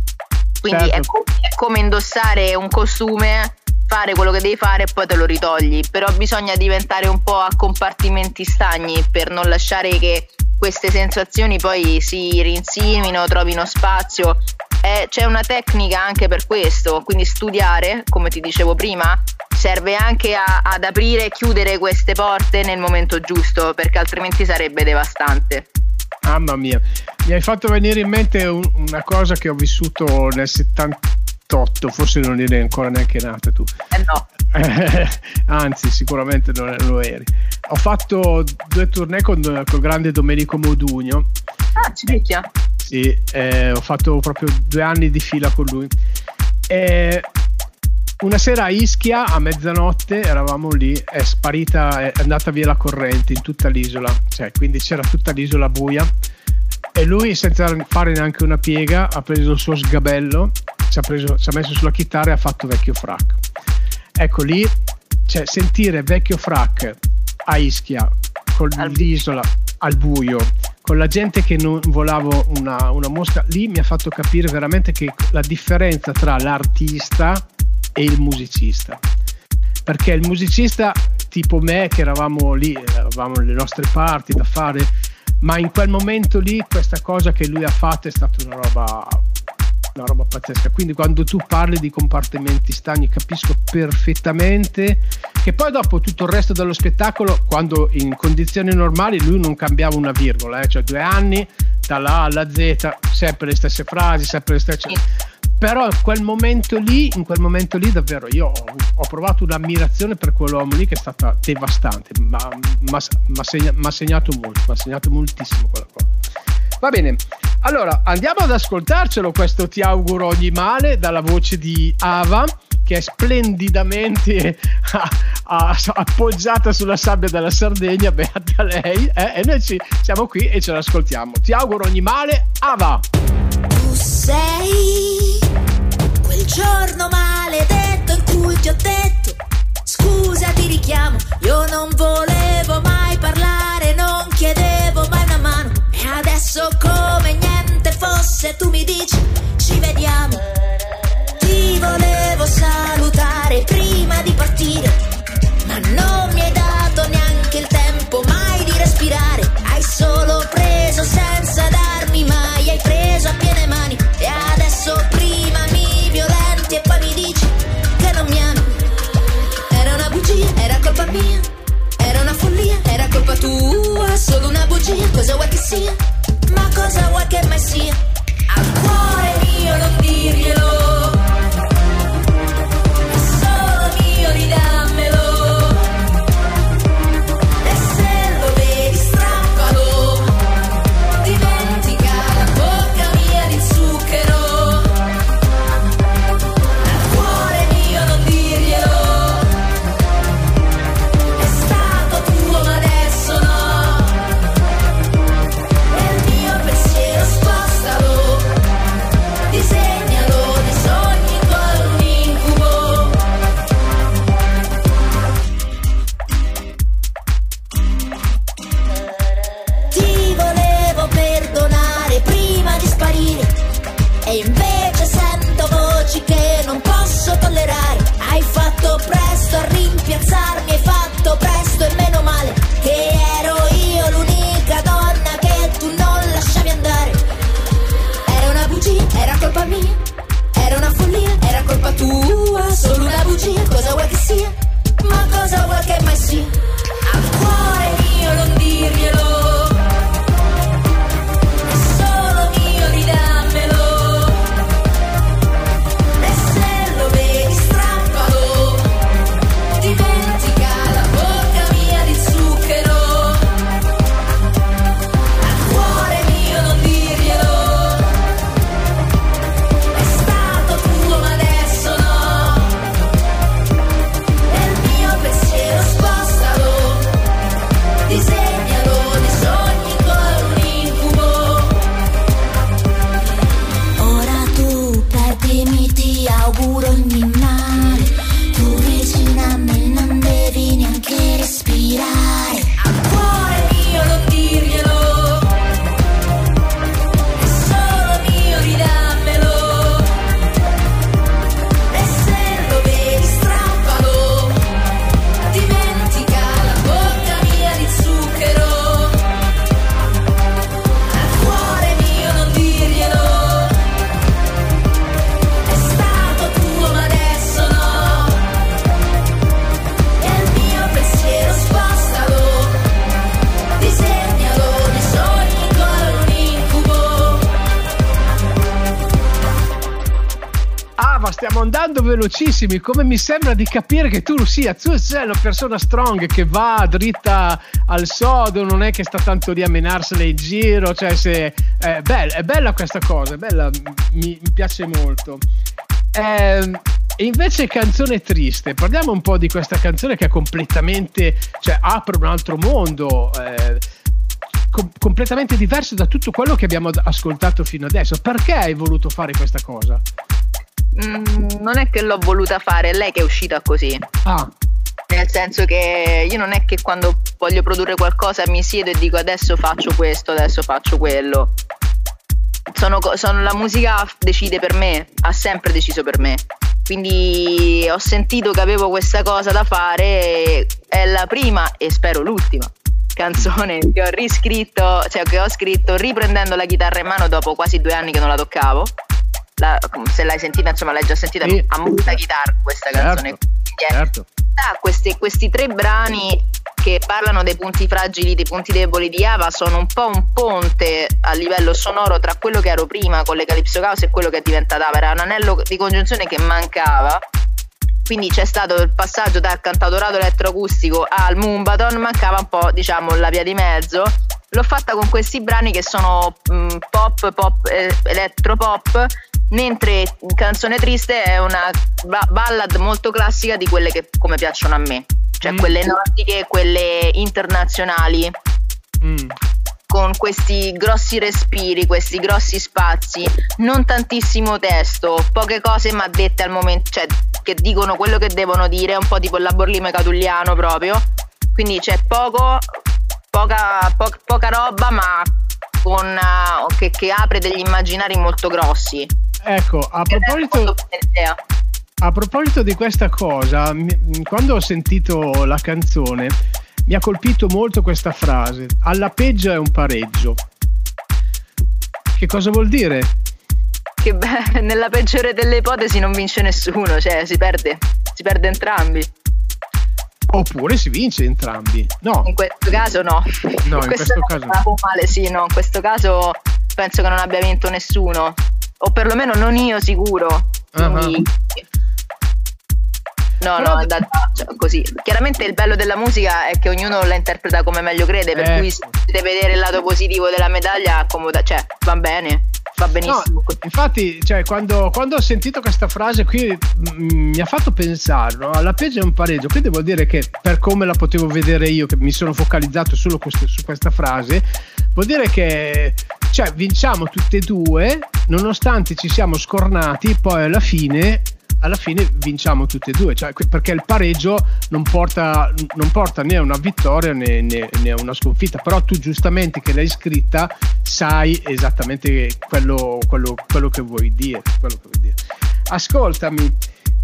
S4: quindi certo. è, co- è come indossare un costume, fare quello che devi fare e poi te lo ritogli, però bisogna diventare un po' a compartimenti stagni per non lasciare che queste sensazioni poi si rinsimino, trovino spazio. Eh, c'è una tecnica anche per questo, quindi studiare, come ti dicevo prima, serve anche a, ad aprire e chiudere queste porte nel momento giusto, perché altrimenti sarebbe devastante.
S3: Mamma mia, mi hai fatto venire in mente un, una cosa che ho vissuto nel settantotto, forse non eri ancora neanche nata tu.
S4: Eh no.
S3: Anzi, sicuramente non lo eri. Ho fatto due tournée con il grande Domenico Modugno.
S4: Ah, cicchia.
S3: Sì, eh, ho fatto proprio due anni di fila con lui. E una sera a Ischia, a mezzanotte, eravamo lì, è sparita, è andata via la corrente in tutta l'isola, cioè quindi c'era tutta l'isola buia, e lui, senza fare neanche una piega, ha preso il suo sgabello, ci ha, preso, ci ha messo sulla chitarra e ha fatto Vecchio Frac. Ecco lì, cioè sentire Vecchio Frac a Ischia, con l'isola al buio, con la gente che non volava una, una mosca, lì mi ha fatto capire veramente che la differenza tra l'artista e il musicista, perché il musicista tipo me, che eravamo lì, avevamo le nostre parti da fare, ma in quel momento lì questa cosa che lui ha fatto è stata una roba una roba pazzesca. Quindi quando tu parli di compartimenti stagni capisco perfettamente che poi dopo tutto il resto dello spettacolo, quando in condizioni normali lui non cambiava una virgola, eh? Cioè due anni dalla A alla Z, sempre le stesse frasi, sempre le stesse, però in quel momento lì in quel momento lì davvero io ho, ho provato un'ammirazione per quell'uomo lì che è stata devastante, ma mi ha segna, segnato molto, mi ha segnato moltissimo quella cosa. Va bene, allora andiamo ad ascoltarcelo questo Ti auguro ogni male, dalla voce di Ava, che è splendidamente a, a, appoggiata sulla sabbia della Sardegna, beata lei, eh? E noi ci, siamo qui e ce l'ascoltiamo. Ti auguro ogni male, Ava.
S6: Tu sei quel giorno maledetto in cui ti ho detto scusa, ti richiamo, io non volevo mai parlare, non chiedevo mai una mano, e adesso come niente fosse tu mi dici ci vediamo. salutare prima di partire, ma non mi hai dato neanche il tempo mai di respirare. Hai solo preso senza darmi mai, hai preso a piene mani e adesso prima mi violenti e poi mi dici che non mi ami. Era una bugia, era colpa mia, era una follia, era colpa tua, solo una bugia. Cosa vuoi che sia? Ma cosa vuoi che mai sia? Al cuore mio non dirglielo, è solo mio, ridammelo, e se lo vedi strappalo, dimentica la bocca mia di zucchero. Al cuore mio non dirglielo, è stato tuo ma adesso no, e il mio pensiero spostalo, disegnalo nei sogni con un incubo. Ti volevo perdonare prima di sparire e invece sento voci che non posso tollerare. Hai fatto presto a rimpiazzarmi, hai fatto presto e meno male che ero io l'unica donna che tu non lasciavi andare. Era una bugia, era colpa mia, era una follia, era colpa tua, solo una bugia. Cosa vuoi che sia? Ma cosa vuoi che mai sia? Al cuore mio non dirglielo, è solo mio, ridammelo, e se lo vedi strappalo, dimentica la bocca mia di zucchero. Al cuore mio non dirglielo, è stato tuo ma adesso no, e il mio pensiero spostalo, disegnalo nei sogni con un incubo. Ora tu perdimi, ti auguro ogni male, tu vicino a me non devi neanche respirare. Al cuore mio non dirglielo, è solo mio, ridammelo, e se lo vedi strappalo, dimentica la bocca mia di zucchero. Al cuore mio non dirglielo, è stato tuo ma adesso no, e il mio pensiero spostalo, disegnalo nei sogni con un incubo.
S3: Ah, ma stiamo andando velocissimi. Come mi sembra di capire che tu sia tu sei una persona strong che va dritta al sodo, non è che sta tanto lì a menarsela in giro. Cioè, se è bella, è bella questa cosa, è bella, mi, mi piace molto. Ehm, E invece canzone triste, parliamo un po' di questa canzone che è completamente, cioè apre un altro mondo, eh, com- completamente diverso da tutto quello che abbiamo ascoltato fino adesso. Perché hai voluto fare questa cosa?
S4: Mm, non è che l'ho voluta fare, è lei che è uscita così.
S3: Ah.
S4: Nel senso che io non è che quando voglio produrre qualcosa mi siedo e dico adesso faccio questo, adesso faccio quello. Sono, sono, la musica decide per me, ha sempre deciso per me. Quindi ho sentito che avevo questa cosa da fare, è la prima e spero l'ultima canzone che ho riscritto, cioè che ho scritto riprendendo la chitarra in mano dopo quasi due anni che non la toccavo. La, se l'hai sentita, insomma l'hai già sentita sì. A molta chitarra questa canzone.
S3: Certo, certo.
S4: Ah, questi, questi tre brani che parlano dei punti fragili, dei punti deboli di Ava sono un po' un ponte a livello sonoro tra quello che ero prima con le Calypso House e quello che è diventata Ava. Era un anello di congiunzione che mancava, quindi c'è stato il passaggio dal cantautorato elettroacustico al Moombahton, mancava un po', diciamo, la via di mezzo. L'ho fatta con questi brani che sono mh, pop, pop, eh, elettropop, mentre Canzone Triste è una ballad molto classica di quelle che come piacciono a me, cioè mm. quelle nordiche, quelle internazionali, mm. con questi grossi respiri, questi grossi spazi, non tantissimo testo, poche cose ma dette al momento, cioè che dicono quello che devono dire, un po' tipo il Laborlime Catulliano proprio, quindi c'è poco, poca, po- poca roba ma con, uh, che, che apre degli immaginari molto grossi.
S3: Ecco, a proposito, A proposito di questa cosa, mi- quando ho sentito la canzone mi ha colpito molto questa frase: alla peggio è un pareggio. Che cosa vuol dire?
S4: Che beh, nella peggiore delle ipotesi non vince nessuno, cioè si perde, si perde entrambi.
S3: Oppure si vince entrambi? No,
S4: In questo caso no.
S3: no, in questo caso
S4: la può male, sì, no, in questo caso penso che non abbia vinto nessuno, o perlomeno non io sicuro. Quindi... No,
S3: Però-
S4: no, è da, cioè, così. Chiaramente il bello della musica è che ognuno la interpreta come meglio crede, per
S3: Eh.
S4: cui se deve vedere il lato positivo della medaglia, accomoda, cioè va bene, va benissimo.
S3: No, infatti, cioè, quando, quando ho sentito questa frase qui m- mi ha fatto pensare, no? Alla peggio è un pareggio, quindi vuol dire che, per come la potevo vedere io, che mi sono focalizzato solo questo- su questa frase, vuol dire che, cioè, vinciamo tutte e due, nonostante ci siamo scornati, poi alla fine alla fine vinciamo tutte e due, cioè, que- perché il pareggio non porta, non porta né a una vittoria né, né- né a una sconfitta. Però tu, giustamente, che l'hai scritta, sai esattamente quello, quello, quello che vuoi dire, quello che vuoi dire. Ascoltami,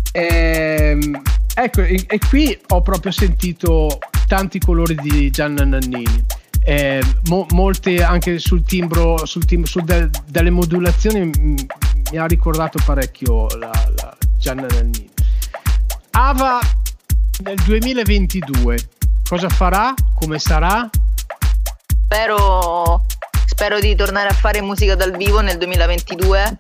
S3: ehm, ecco, e, e qui ho proprio sentito tanti colori di Gianna Nannini. Eh, mo- molte anche sul timbro, sul timbro sul de- delle modulazioni m- mi ha ricordato parecchio la, la Gianna Nannini. Ava nel duemilaventidue cosa farà? Come sarà?
S4: Spero, spero di tornare a fare musica dal vivo nel duemilaventidue,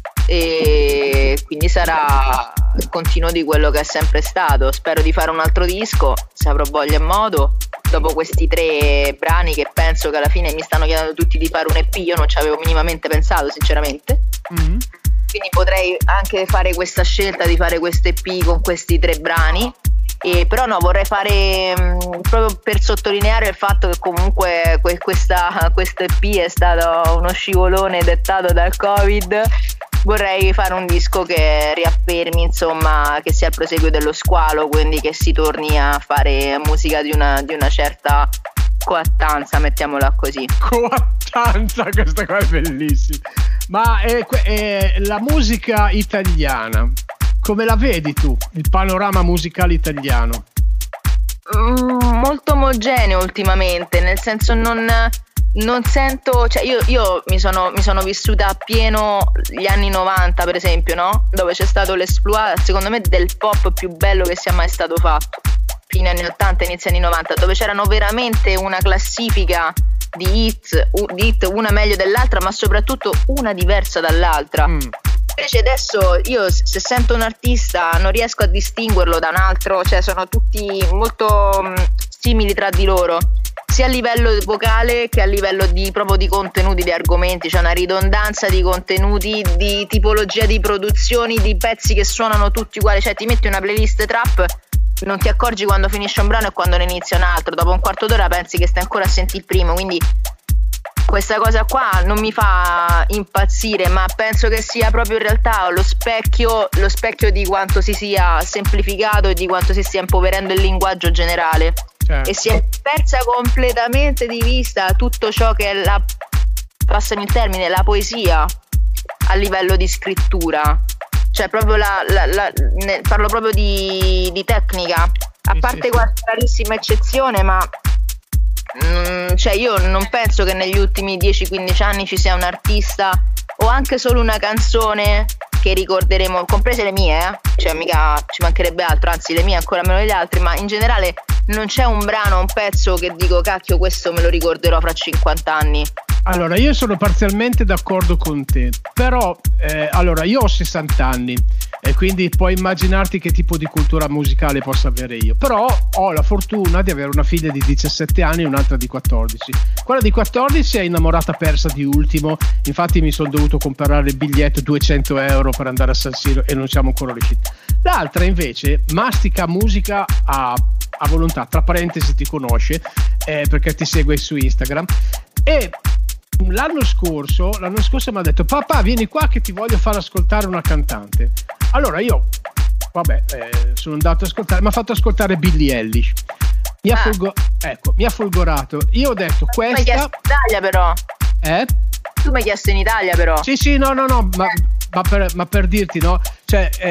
S4: e quindi sarà il continuo di quello che è sempre stato. Spero di fare un altro disco, se avrò voglia e modo, dopo questi tre brani che penso che alla fine mi stanno chiedendo tutti di fare un E P. Io non ci avevo minimamente pensato, sinceramente.
S3: Mm-hmm.
S4: Quindi potrei anche fare questa scelta di fare questo E P con questi tre brani. E però no, vorrei fare mh, proprio per sottolineare il fatto che comunque que- questa, questo E P è stato uno scivolone dettato dal Covid. Vorrei fare un disco che riaffermi, insomma, che sia il proseguio dello squalo, quindi che si torni a fare musica di una, di una certa coattanza, mettiamola così.
S3: Coattanza, questa qua è bellissima. Ma è, que- è la musica italiana, come la vedi tu, il panorama musicale italiano?
S4: Mm, molto omogeneo ultimamente, nel senso non, non sento, cioè io, io mi, sono, mi sono vissuta a pieno gli anni novanta, per esempio, no? Dove c'è stato l'esploit, secondo me, del pop più bello che sia mai stato fatto, fine anni ottanta, inizio anni novanta, dove c'erano veramente una classifica di hit, di hit, una meglio dell'altra, ma soprattutto una diversa dall'altra.
S3: Mm.
S4: Invece adesso io, se sento un artista, non riesco a distinguerlo da un altro, cioè sono tutti molto mh, simili tra di loro, sia a livello vocale che a livello di proprio di contenuti, di argomenti. C'è una ridondanza di contenuti, di tipologia di produzioni, di pezzi che suonano tutti uguali. Cioè ti metti una playlist trap, non ti accorgi quando finisce un brano e quando ne inizia un altro, dopo un quarto d'ora pensi che stai ancora a sentire il primo. Quindi questa cosa qua non mi fa impazzire, ma penso che sia proprio in realtà lo specchio, lo specchio di quanto si sia semplificato e di quanto si stia impoverendo il linguaggio generale.
S3: Certo.
S4: E si è persa completamente di vista tutto ciò che è la, passami il termine, la poesia a livello di scrittura. Cioè proprio la, la, la ne, parlo proprio di, di tecnica, a
S3: Sì,
S4: parte
S3: sì,
S4: qualche rarissima eccezione, ma Mm, cioè io non penso che negli ultimi dieci quindici anni ci sia un artista o anche solo una canzone che ricorderemo, comprese le mie, eh? Cioè mica ci mancherebbe altro, anzi le mie ancora meno degli altri, ma in generale non c'è un brano, un pezzo che dico cacchio questo me lo ricorderò fra cinquanta anni.
S3: Allora, io sono parzialmente d'accordo con te, però eh, allora io ho sessanta anni e quindi puoi immaginarti che tipo di cultura musicale possa avere io. Però ho la fortuna di avere una figlia di diciassette anni e un'altra di quattordici. Quella di quattordici è innamorata persa di Ultimo, infatti mi sono dovuto comprare il biglietto duecento euro per andare a San Siro e non siamo ancora riusciti. L'altra invece mastica musica a, a volontà, tra parentesi ti conosce eh, perché ti segue su Instagram. E L'anno scorso, l'anno scorso mi ha detto: papà, vieni qua che ti voglio far ascoltare una cantante. Allora io, vabbè, eh, sono andato ad ascoltare, mi ha fatto ascoltare Billie Eilish. Mi ha,
S4: Ah.
S3: folgo- ecco, mi ha folgorato. Io ho detto
S4: Tu mi hai
S3: questa.
S4: chiesto in Italia però.
S3: Eh?
S4: Tu mi hai chiesto in Italia però.
S3: Sì, sì, no, no, no, ma, ma, per, ma per dirti, no? Cioè, eh,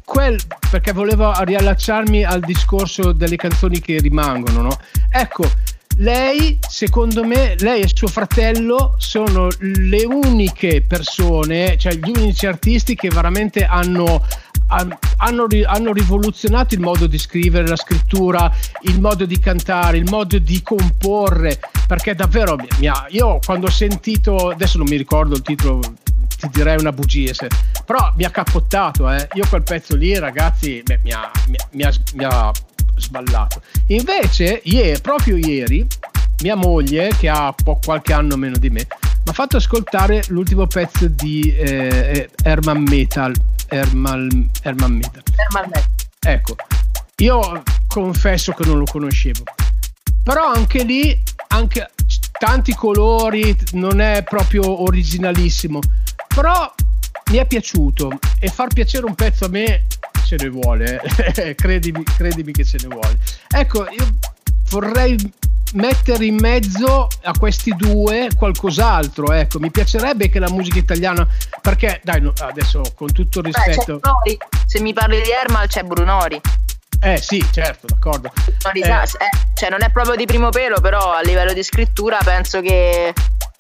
S3: quel, perché volevo riallacciarmi al discorso delle canzoni che rimangono, no? Ecco, lei, secondo me, lei e suo fratello sono le uniche persone, cioè gli unici artisti che veramente hanno hanno, hanno rivoluzionato il modo di scrivere, la scrittura, il modo di cantare, il modo di comporre, perché davvero mi ha, io quando ho sentito, adesso non mi ricordo il titolo, ti direi una bugia, se, però mi ha cappottato, eh. Io quel pezzo lì, ragazzi, beh, mi, ha, mi, mi, ha, mi ha sballato. Invece ieri, proprio ieri, mia moglie, che ha po- qualche anno meno di me, mi ha fatto ascoltare l'ultimo pezzo di eh, Herman Metal. Herman, Herman Metal.
S4: Herman Metal.
S3: Ecco, io confesso che non lo conoscevo, però anche lì, anche tanti colori, non è proprio originalissimo, però mi è piaciuto, e far piacere un pezzo a me ce ne vuole, eh. credimi, credimi che ce ne vuole. Ecco, io vorrei mettere in mezzo a questi due qualcos'altro, ecco, mi piacerebbe che la musica italiana, perché dai, no, adesso con tutto il rispetto,
S4: Beh, se mi parli di Herman c'è Brunori.
S3: Eh sì, certo, d'accordo.
S4: Brunori, eh. Eh, cioè non è proprio di primo pelo, però a livello di scrittura penso che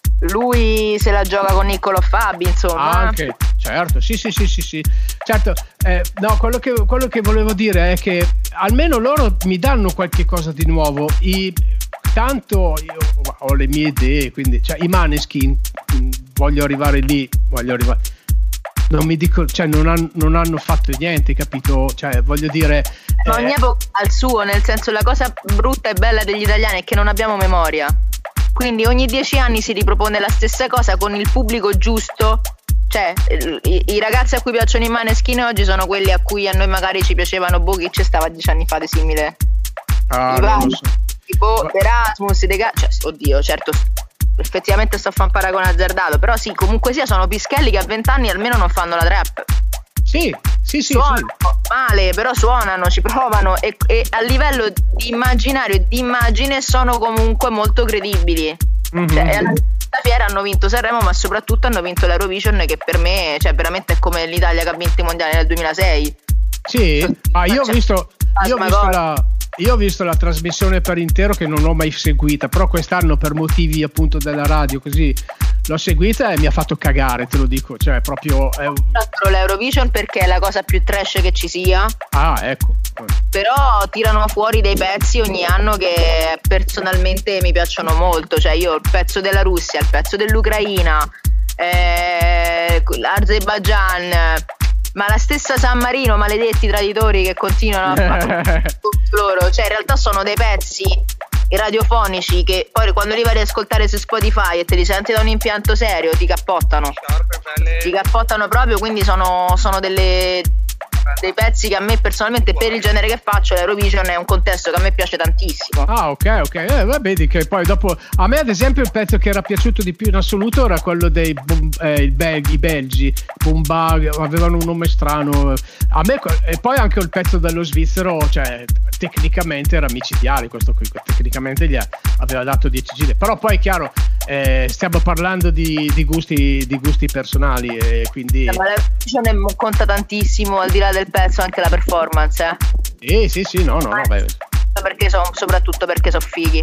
S4: lui se la gioca con Niccolò Fabi, insomma.
S3: Anche, certo, sì, sì, sì, sì, sì. Certo, eh, no, quello che, quello che volevo dire è che almeno loro mi danno qualche cosa di nuovo. I, tanto io ho le mie idee, quindi, cioè, i Maneskin, voglio arrivare lì, voglio arrivare. Non mi dico, cioè, non, han, non hanno fatto niente, capito? Cioè, voglio dire.
S4: Ma ogni
S3: eh,
S4: epoca al suo, nel senso, la cosa brutta e bella degli italiani è che non abbiamo memoria. Quindi ogni dieci anni si ripropone la stessa cosa con il pubblico giusto. Cioè, i, i ragazzi a cui piacciono i Maneskin oggi sono quelli a cui a noi magari ci piacevano boh, chi ci stava dieci anni fa di simile.
S3: Ah,
S4: I
S3: non lo so.
S4: Tipo Ma... Erasmus, De Ga- cioè, oddio, certo, effettivamente sto a fare un paragone azzardato, però sì, comunque sia, sono pischelli che a vent'anni almeno non fanno la trap.
S3: Sì, sì, sì,
S4: suonano
S3: sì.
S4: male, però suonano, ci provano, e, e a livello di immaginario e di immagine sono comunque molto credibili. Mm-hmm. Cioè, alla fiera hanno vinto Sanremo, ma soprattutto hanno vinto l'Eurovision, che per me, cioè, veramente è come l'Italia che ha vinto i mondiali nel duemilasei.
S3: Sì, ma ah, io ho visto, io ho visto la Io ho visto la trasmissione per intero, che non ho mai seguita, però quest'anno per motivi appunto della radio così l'ho seguita e mi ha fatto cagare, te lo dico, cioè proprio è...
S4: l'Eurovision perché è la cosa più trash che ci sia.
S3: Ah, ecco.
S4: Però tirano fuori dei pezzi ogni anno che personalmente mi piacciono molto, cioè io il pezzo della Russia, il pezzo dell'Ucraina, eh, l'Azerbaijan, ma la stessa San Marino, maledetti traditori che continuano a fare loro, cioè in realtà sono dei pezzi radiofonici che poi quando li vai ad ascoltare su Spotify e te li senti da un impianto serio ti cappottano, ti cappottano proprio, quindi sono, sono delle dei pezzi che a me personalmente, per il genere che faccio, l'Eurovision è un contesto che a me piace tantissimo.
S3: Ah, ok, ok, eh, vedi che poi dopo, a me ad esempio il pezzo che era piaciuto di più in assoluto era quello dei eh, il Bel- i belgi, Bomba, avevano un nome strano a me, e poi anche il pezzo dello svizzero, cioè tecnicamente era micidiale questo qui, tecnicamente gli aveva dato dieci giri, però poi è chiaro, eh, stiamo parlando di, di gusti di gusti personali, e quindi
S4: ma l'Eurovision conta tantissimo, al di là del pezzo, anche la performance, eh?
S3: Sì, sì, sì, no, no, no, beh.
S4: Perché sono, soprattutto perché sono fighi.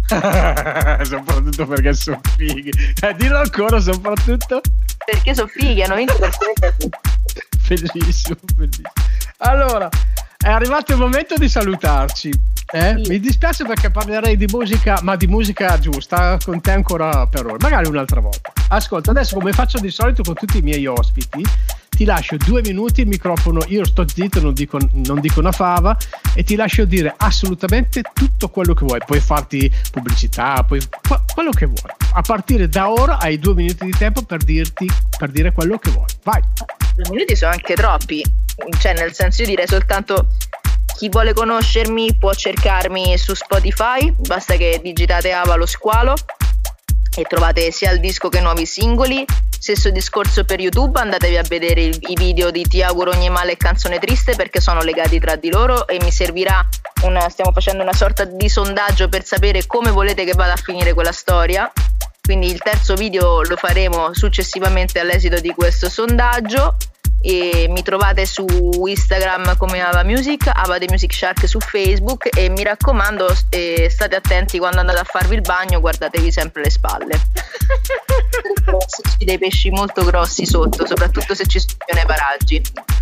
S3: Soprattutto perché sono fighi. Eh, dillo ancora, soprattutto
S4: perché sono fighi, hanno vinto per questo.
S3: Bellissimo, bellissimo. Allora, è arrivato il momento di salutarci. Eh? Sì. Mi dispiace perché parlerei di musica, ma di musica giusta con te ancora per ora, magari un'altra volta. Ascolta, adesso come faccio di solito con tutti i miei ospiti, ti lascio due minuti il microfono, io sto zitto, non dico, non dico una fava, e ti lascio dire assolutamente tutto quello che vuoi. Puoi farti pubblicità, puoi, quello che vuoi. A partire da ora hai due minuti di tempo per dirti, per dire quello che vuoi. Vai.
S4: Due minuti sono anche troppi, cioè nel senso io direi soltanto: chi vuole conoscermi può cercarmi su Spotify, basta che digitate Ava lo Squalo e trovate sia il disco che nuovi singoli. Stesso discorso per YouTube, andatevi a vedere i video di Ti auguro ogni male e Canzone triste, perché sono legati tra di loro, e mi servirà una, stiamo facendo una sorta di sondaggio per sapere come volete che vada a finire quella storia, quindi il terzo video lo faremo successivamente all'esito di questo sondaggio. E mi trovate su Instagram come Ava Music, Ava The Music Shark su Facebook, e mi raccomando, eh, state attenti quando andate a farvi il bagno, guardatevi sempre le spalle. Ci dei pesci molto grossi sotto, soprattutto se ci sono nei paraggi.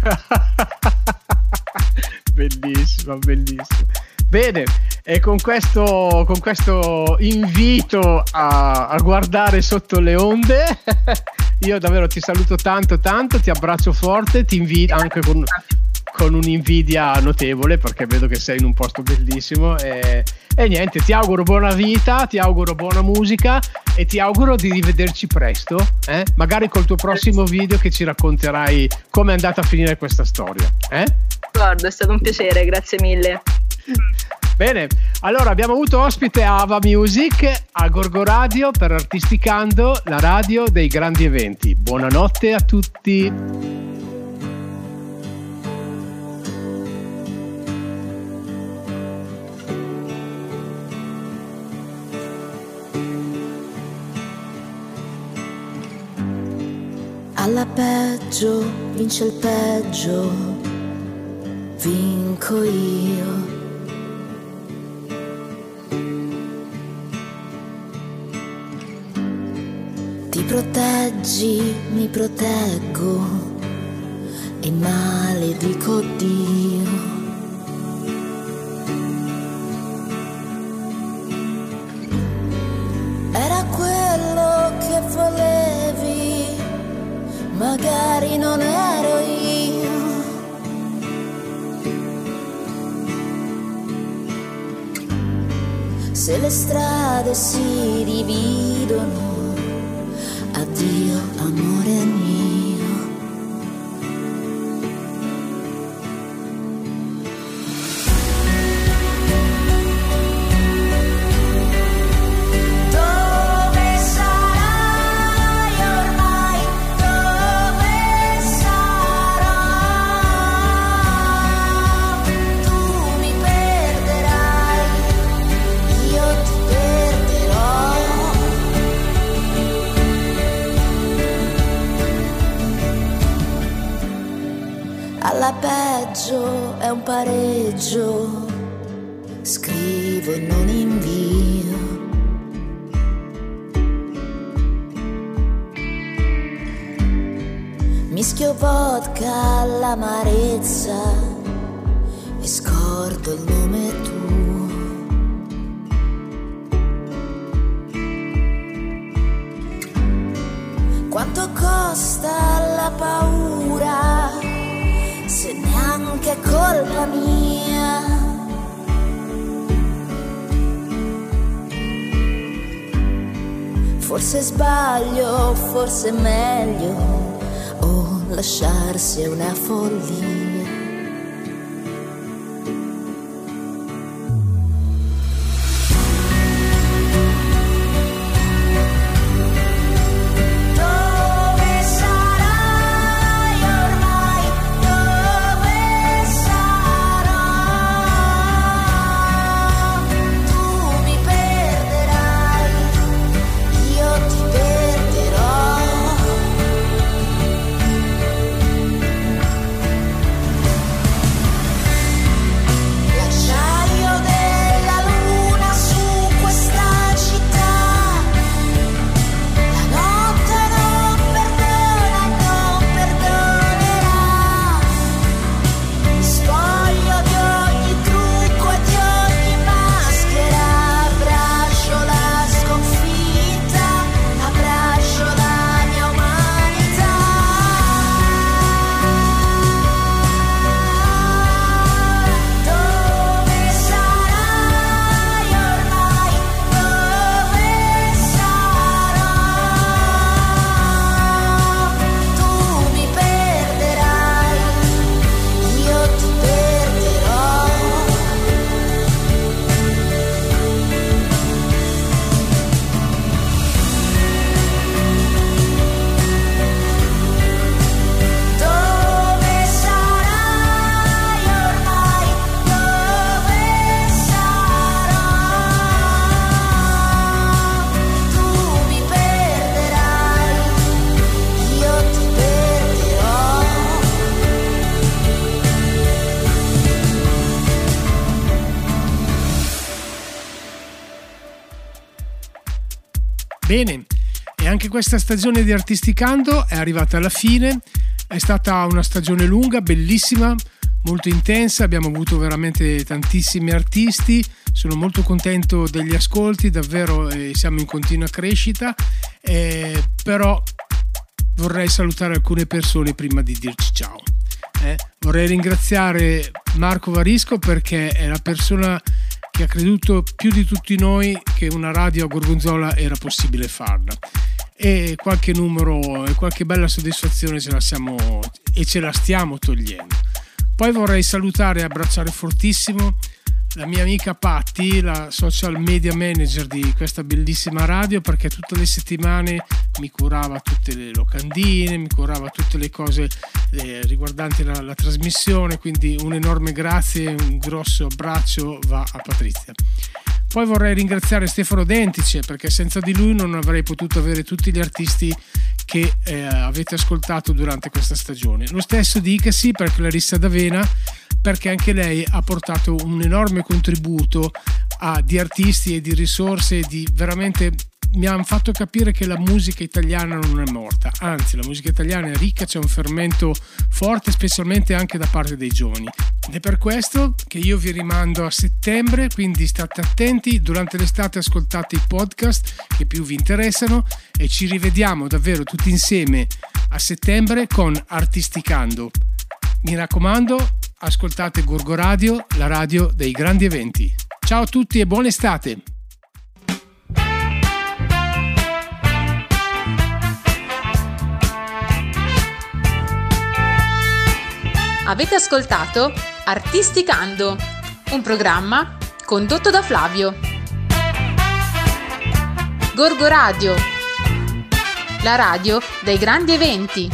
S3: Bellissimo, bellissimo. Bene, e con questo, con questo invito a, a guardare sotto le onde, io davvero ti saluto tanto tanto, ti abbraccio forte, ti invito anche con, con un'invidia notevole, perché vedo che sei in un posto bellissimo, e, e niente, ti auguro buona vita, ti auguro buona musica e ti auguro di rivederci presto, eh? Magari col tuo prossimo video che ci racconterai come è andata a finire questa storia, eh?
S4: D'accordo, è stato un piacere, grazie mille.
S3: Bene, allora abbiamo avuto ospite Ava Music a Gorgo Radio per Artisticando, la radio dei grandi eventi. Buonanotte a tutti.
S6: Alla peggio vince il peggio, vinco io. Ti proteggi, mi proteggo e maledico Dio. Era quello che volevi, magari non ero io. Se le strade si dividono, addio amore mio. Dove sarai ormai? Dove sarò? Tu mi perderai, io ti perderò. Alla peggio è un pareggio, scrivo e non invio. Mischio vodka all'amarezza e scordo il nome tuo. Quanto costa la paura, se neanche è colpa mia? Forse sbaglio, forse è meglio, o lasciarsi è una follia.
S3: Bene, e anche questa stagione di Artisticando è arrivata alla fine. È stata una stagione lunga, bellissima, molto intensa, abbiamo avuto veramente tantissimi artisti, sono molto contento degli ascolti, davvero eh, siamo in continua crescita, eh, però vorrei salutare alcune persone prima di dirci ciao. Eh, vorrei ringraziare Marco Varisco perché è la persona che ha creduto più di tutti noi che una radio a Gorgonzola era possibile farla, e qualche numero e qualche bella soddisfazione ce la siamo e ce la stiamo togliendo. Poi vorrei salutare e abbracciare fortissimo la mia amica Patti, la social media manager di questa bellissima radio, perché tutte le settimane mi curava tutte le locandine, mi curava tutte le cose eh, riguardanti la, la trasmissione, quindi un enorme grazie, un grosso abbraccio va a Patrizia. Poi vorrei ringraziare Stefano Dentice, perché senza di lui non avrei potuto avere tutti gli artisti che eh, avete ascoltato durante questa stagione. Lo stesso dicasi per Clarissa D'Avena, perché anche lei ha portato un enorme contributo a, di artisti e di risorse, di veramente mi hanno fatto capire che la musica italiana non è morta, anzi la musica italiana è ricca, c'è un fermento forte, specialmente anche da parte dei giovani, ed è per questo che io vi rimando a settembre, quindi state attenti, durante l'estate ascoltate i podcast che più vi interessano e ci rivediamo davvero tutti insieme a settembre con Artisticando. Mi raccomando, ascoltate Gorgo Radio, la radio dei grandi eventi. Ciao a tutti e buona estate!
S2: Avete ascoltato Artisticando, un programma condotto da Flavio. Gorgo Radio, la radio dei grandi eventi.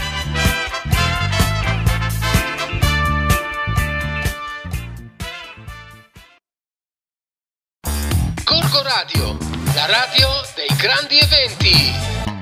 S1: Gorgo Radio, la radio dei grandi eventi.